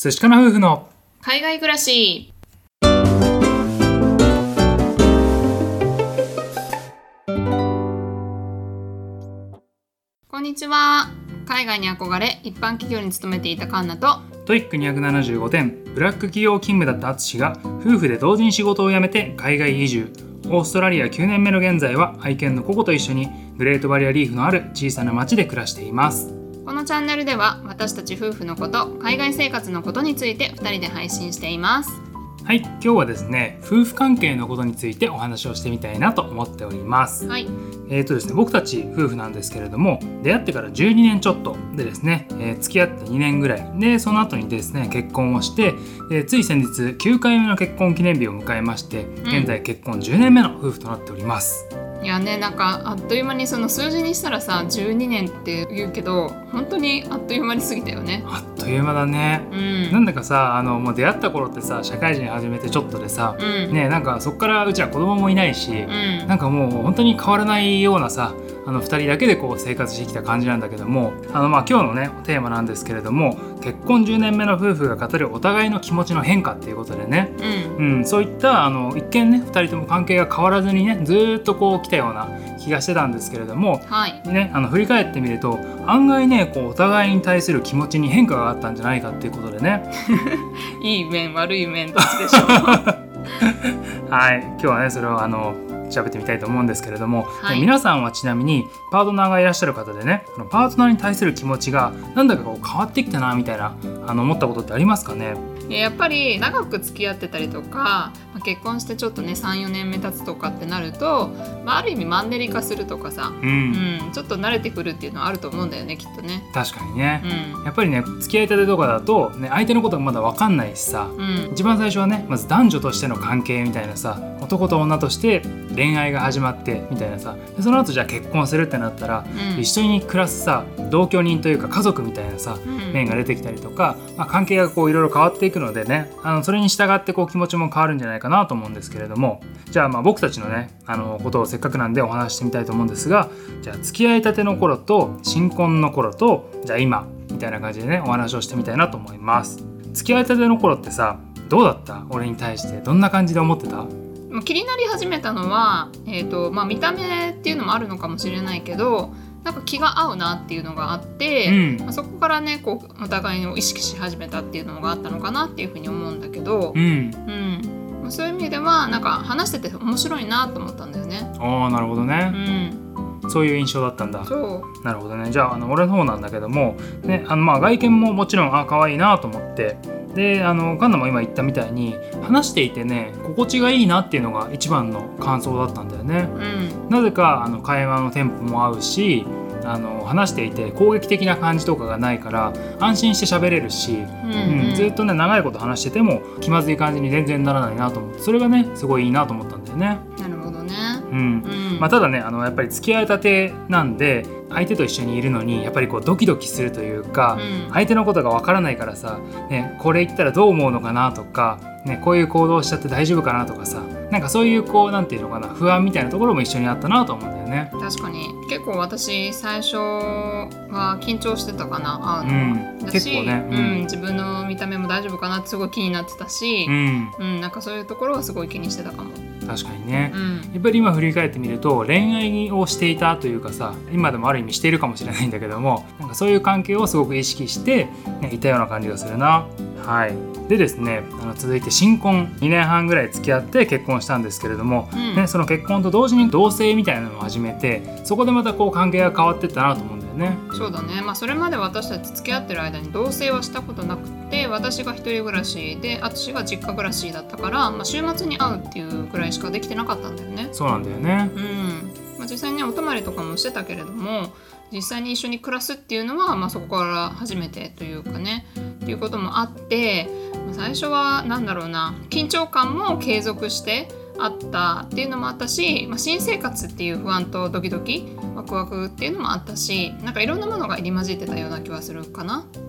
寿司かな夫婦の海外暮らし。こんにちは。海外に憧れ一般企業に勤めていたカンナと、 トイック275点ブラック企業勤務だったアツシが夫婦で同時に仕事を辞めて海外移住。オーストラリア9年目の現在は愛犬のココと一緒にグレートバリアリーフのある小さな町で暮らしています。 このチャンネルでは私たち夫婦のこと、海外生活のことについて2人で配信しています。 はい、今日はですね、夫婦関係のことについてお話をしてみたいなと思っております。 はい。 ですね、僕たち夫婦なんですけれども、出会ってから12年ちょっとでですね、付き合って2年ぐらいで、その後にですね結婚をして、つい先日9回目の結婚記念日を迎えまして、現在結婚10年目の夫婦となっております。 いやね、なんかあっという間にその数字にしたらさ、12年って言うけど本当にあっという間に過ぎたよね。 あっという間だね。なんだかさ、もう出会った頃ってさ、社会人始めてちょっとでさ、ね、なんかそっからうちは子供もいないし、なんかもう本当に変わらないようなさ、2人だけでこう生活してきた感じなんだけども、今日のねテーマなんですけれども、結婚10年目の夫婦が語るお互いの気持ちの変化っていうことでね、そういった一見ね2人とも関係が変わらずにねずっとこう来たような気がしてたんですけれども、ね、振り返ってみると案外ねこうお互いに対する気持ちに変化があったんじゃないかっていうことでねいい面悪い面どっちでしょうはい、今日はねそれを調べてみたいと思うんですけれども、皆さんはちなみにパートナーがいらっしゃる方でね、パートナーに対する気持ちがなんだかこう変わってきたなみたいな思ったことってありますかね。 やっぱり長く付き合ってたりとか、結婚してちょっとね 3,4 年目経つとかってなると、ある意味マンネリ化するとかさ、ちょっと慣れてくるっていうのはあると思うんだよね、きっとね。 確かにね、やっぱりね付き合いたてとかだと、ね、相手のことがまだ分かんないしさ、一番最初はねまず男女としての関係みたいなさ、男と女として恋愛が始まってみたいなさ、でその後じゃあ結婚するってなったら、一緒に暮らすさ同居人というか家族みたいなさ、面が出てきたりとか、関係がこういろいろ変わっていくのでね、それに従ってこう気持ちも変わるんじゃないかなと思うんですけれども、じゃあ僕たちのねことをせっかくなんでお話してみたいと思うんですが、じゃあ付き合いたての頃と新婚の頃とじゃあ今みたいな感じでねお話をしてみたいなと思います。付き合いたての頃ってさどうだった？俺に対してどんな感じで思ってた？ 気になり始めたのは、見た目っていうのもあるのかもしれないけど、なんか気が合うなっていうのがあって、そこからねこうお互いを意識し始めたっていうのがあったのかなっていうふうに思うんだけど、そういう意味ではなんか話してて面白いなと思ったんだよね。 ああ、なるほどね。そういう印象だったんだ。なるほどね。じゃあ俺の方なんだけども、ね、外見ももちろん可愛いなと思って、でカンナも今言ったみたいに話していてね心地がいいなっていうのが一番の感想だったんだよね。なぜか会話のテンポも合うし、話していて攻撃的な感じとかがないから安心して喋れるし、ずっとね長いこと話してても気まずい感じに全然ならないなと思って、それがねすごいいいなと思ったんだよね。 なるほどね。 ただねやっぱり付き合いたてなんで相手と一緒にいるのにやっぱりこうドキドキするというか、相手のことがわからないからさ、ね、これ言ったらどう思うのかなとか、ね、こういう行動しちゃって大丈夫かなとかさ、なんかそういうこうなんていうのかな、不安みたいなところも一緒にあったなと思うんだよね。 確かに結構私最初は緊張してたかな、だし、 結構ね、 自分の見た目も大丈夫かなってすごい気になってたし、なんかそういうところはすごい気にしてたかも。 確かにね、やっぱり今振り返ってみると恋愛をしていたというかさ、今でもある意味しているかもしれないんだけども、なんかそういう関係をすごく意識して、いたような感じがするな。はい。でですね、続いて新婚2年半ぐらい付き合って結婚したんですけれども、その結婚と同時に同棲みたいなのを始めて、そこでまたこう関係が変わっていったなと思うんだよね。 そうだね。それまで私たち付き合ってる間に同棲はしたことなくて、私が一人暮らしで私が実家暮らしだったから、週末に会うっていうくらいしかできてなかったんだよね。 そうなんだよね。 実際にねお泊まりとかもしてたけれども、実際に一緒に暮らすっていうのは、そこから初めてというかねっていうこともあって、最初はなんだろうな、緊張感も継続してあったっていうのもあったし、新生活っていう不安とドキドキワクワクっていうのもあったし、なんかいろんなものが入り混じってたような気はするかな。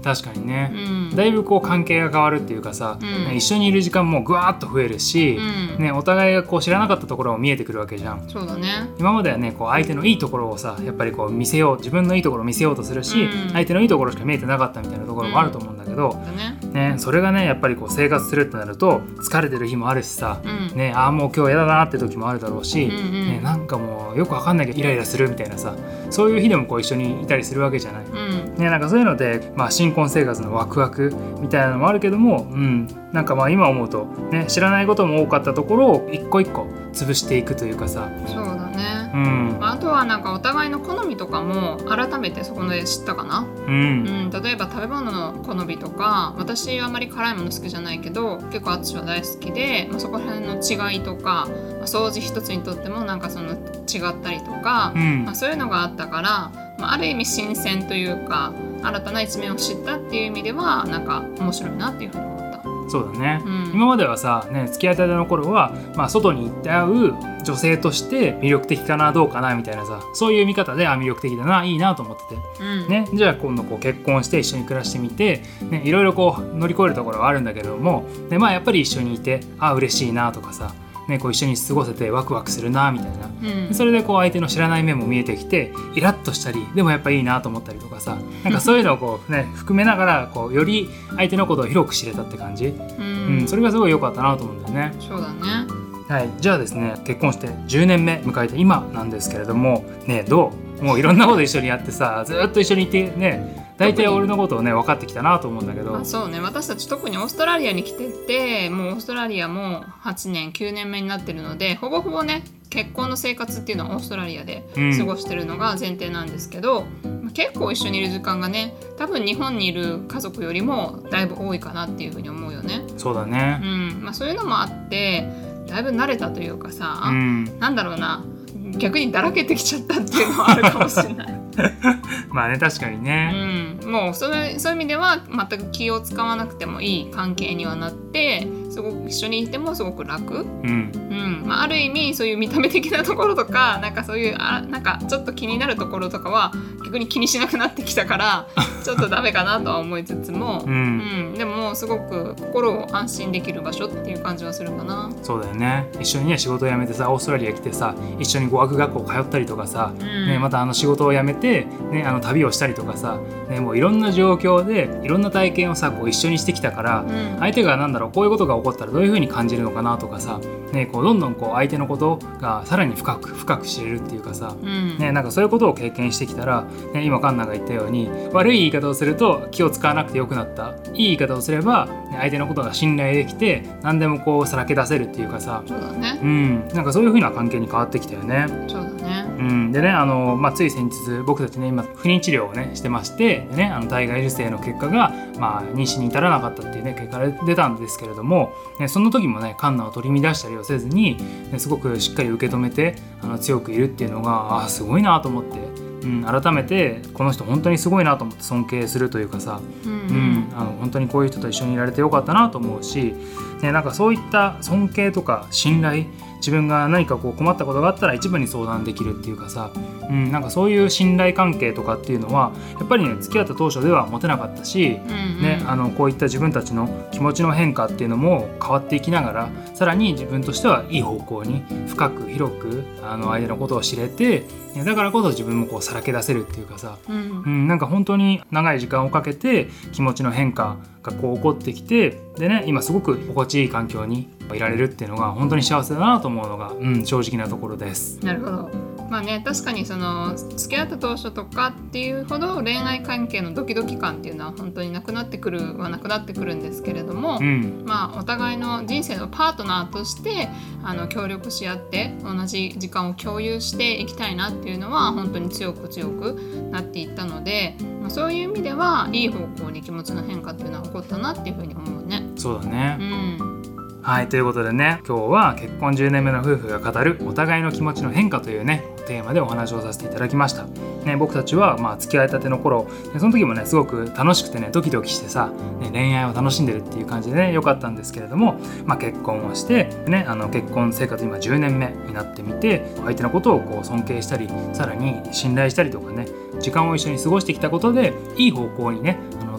確かにね、 うん、 だいぶこう関係が変わるっていうかさ、 うん、 一緒にいる時間もぐわーっと増えるし、 うん、 お互いがこう知らなかったところも見えてくるわけじゃん。 そうだね。 今まではねこう相手のいいところをさやっぱりこう見せよう、自分のいいところを見せようとするし、相手のいいところしか見えてなかったみたいなところもあると思うんだけど、それがねやっぱりこう生活するってなると疲れてる日もあるしさ、もう今日嫌だなって時もあるだろうし、なんかもうよくわかんないけどイライラするみたいなさ、そういう日でもこう一緒にいたりするわけじゃない、なんかそういうので、新婚生活のワクワクみたいなのもあるけども、なんか今思うと、知らないことも多かったところを一個一個潰していくというかさ。 そうだね、あとはなんかお互いの好みとかも改めてそこで知ったかな、例えば食べ物の好みとか、私はあまり辛いもの好きじゃないけど結構私は大好きで、そこら辺の違いとか、掃除一つにとってもなんかその違ったりとか、そういうのがあったから、ある意味新鮮というか新たな一面を知ったっていう意味ではなんか面白いなっていうふうに思った。 そうだね、今まではさ、付き合いたての頃は、外に行って会う女性として魅力的かなどうかなみたいなさ、そういう見方で魅力的だないいなと思ってて、じゃあ今度こう結婚して一緒に暮らしてみて、いろいろこう乗り越えるところはあるんだけども、やっぱり一緒にいて嬉しいなとかさ、こう一緒に過ごせてワクワクするなみたいな、それでこう相手の知らない面も見えてきてイラッとしたり、でもやっぱいいなと思ったりとかさ、なんかそういうのをこう、含めながらこうより相手のことを広く知れたって感じ、それがすごい良かったなと思うんだよね。 そうだね。 はい、じゃあですね、結婚して10年目迎えて今なんですけれどもどうもういろんなこと一緒にやってさ、ずっと一緒にいて大体俺のことを分かってきたなと思うんだけど。 そうね、私たち特にオーストラリアに来てて、もうオーストラリアも8年9年目になってるので、ほぼほぼね結婚の生活っていうのはオーストラリアで過ごしてるのが前提なんですけど、結構一緒にいる時間がね多分日本にいる家族よりもだいぶ多いかなっていうふうに思うよね。 そうだね、 そういうのもあってだいぶ慣れたというかさ、なんだろうな、逆にだらけてきちゃったっていうのはあるかもしれない確かにね、 もうそういう意味では全く気を使わなくてもいい関係にはなって、すごく一緒にいてもすごく楽、ある意味そういう見た目的なところとか、なんかそういうなんかちょっと気になるところとかは逆に気にしなくなってきたからちょっとダメかなとは思いつつも、でもすごく心を安心できる場所っていう感じはするかな。 そうだよね。一緒に仕事を辞めてさオーストラリア来てさ、一緒に語学学校通ったりとかさ、また仕事を辞めて、旅をしたりとかさ、もういろんな状況でいろんな体験をさこう一緒にしてきたから、相手がこういうことが起こったらどういう風に感じるのかなとかさ、こうどんどんこう相手のことがさらに深く知れるっていうかさ、なんかそういうことを経験してきたら、今カンナが言ったように悪い言い方をすると気を使わなくてよくなった、いい言い方をすれば相手のことが信頼できて何でもこうさらけ出せるっていうかさ、 そうだね、 なんかそういう風な関係に変わってきたよね。 そうだね。 でねつい先日僕たちね今不妊治療をねしてまして、で体外受精の結果が、妊娠に至らなかったっていうね結果が出たんですけれども、その時もねカンナを取り乱したりはせずに、すごくしっかり受け止めて強くいるっていうのがすごいなと思って、改めてこの人本当にすごいなと思って尊敬するというかさ、本当にこういう人と一緒にいられてよかったなと思うし、なんかそういった尊敬とか信頼、自分が何かこう困ったことがあったら一番に相談できるっていうかさ、なんかそういう信頼関係とかっていうのはやっぱりね付き合った当初では持てなかったし、こういった自分たちの気持ちの変化っていうのも変わっていきながら、さらに自分としてはいい方向に深く広く相手のことを知れて、だからこそ自分もこうさらけ出せるっていうかさ、なんか本当に長い時間をかけて気持ちの変化がこう起こってきて、でね今すごく心地いい環境にいられるっていうのが本当に幸せだなと思うのが、正直なところです。 なるほど。確かにその付き合った当初とかっていうほど恋愛関係のドキドキ感っていうのは本当になくなってくるんですけれども、お互いの人生のパートナーとして協力し合って同じ時間を共有していきたいなっていうのは本当に強くなっていったので、そういう意味ではいい方向に気持ちの変化っていうのは起こったなっていうふうに思うね。 そうだね、はい、ということでね、今日は結婚10年目の夫婦が語るお互いの気持ちの変化というねテーマでお話をさせていただきました。僕たちは付き合いたての頃、その時もねすごく楽しくてねドキドキしてさ、恋愛を楽しんでるっていう感じでね良かったんですけれども、結婚をしてね結婚生活今10年目になってみて、相手のことをこう尊敬したり、さらに信頼したりとかね、時間を一緒に過ごしてきたことでいい方向にね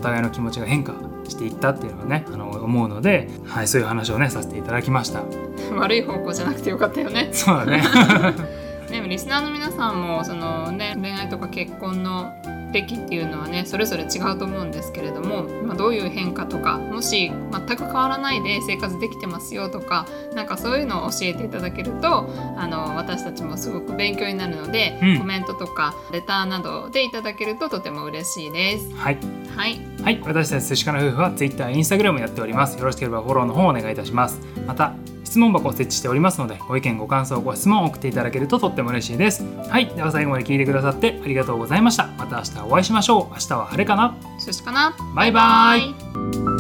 互いの気持ちが変化していったっていうのはね思うので、はい、そういう話をねさせていただきました。 悪い方向じゃなくてよかったよね。 そうだねでもリスナーの皆さんも恋愛とか結婚の歴っていうのはねそれぞれ違うと思うんですけれども、どういう変化とか、もし全く変わらないで生活できてますよとか、なんかそういうのを教えていただけると私たちもすごく勉強になるので、コメントとかレターなどでいただけるととても嬉しいです。 はい、 はいはい、私たち寿司かな夫婦は Twitter、Instagram やっております。よろしければフォローの方お願いいたします。また質問箱を設置しておりますので、ご意見ご感想ご質問を送っていただけるととっても嬉しいです。はい、では最後まで聞いてくださってありがとうございました。また明日お会いしましょう。明日は晴れかな？ 寿司かな？ バイバイ。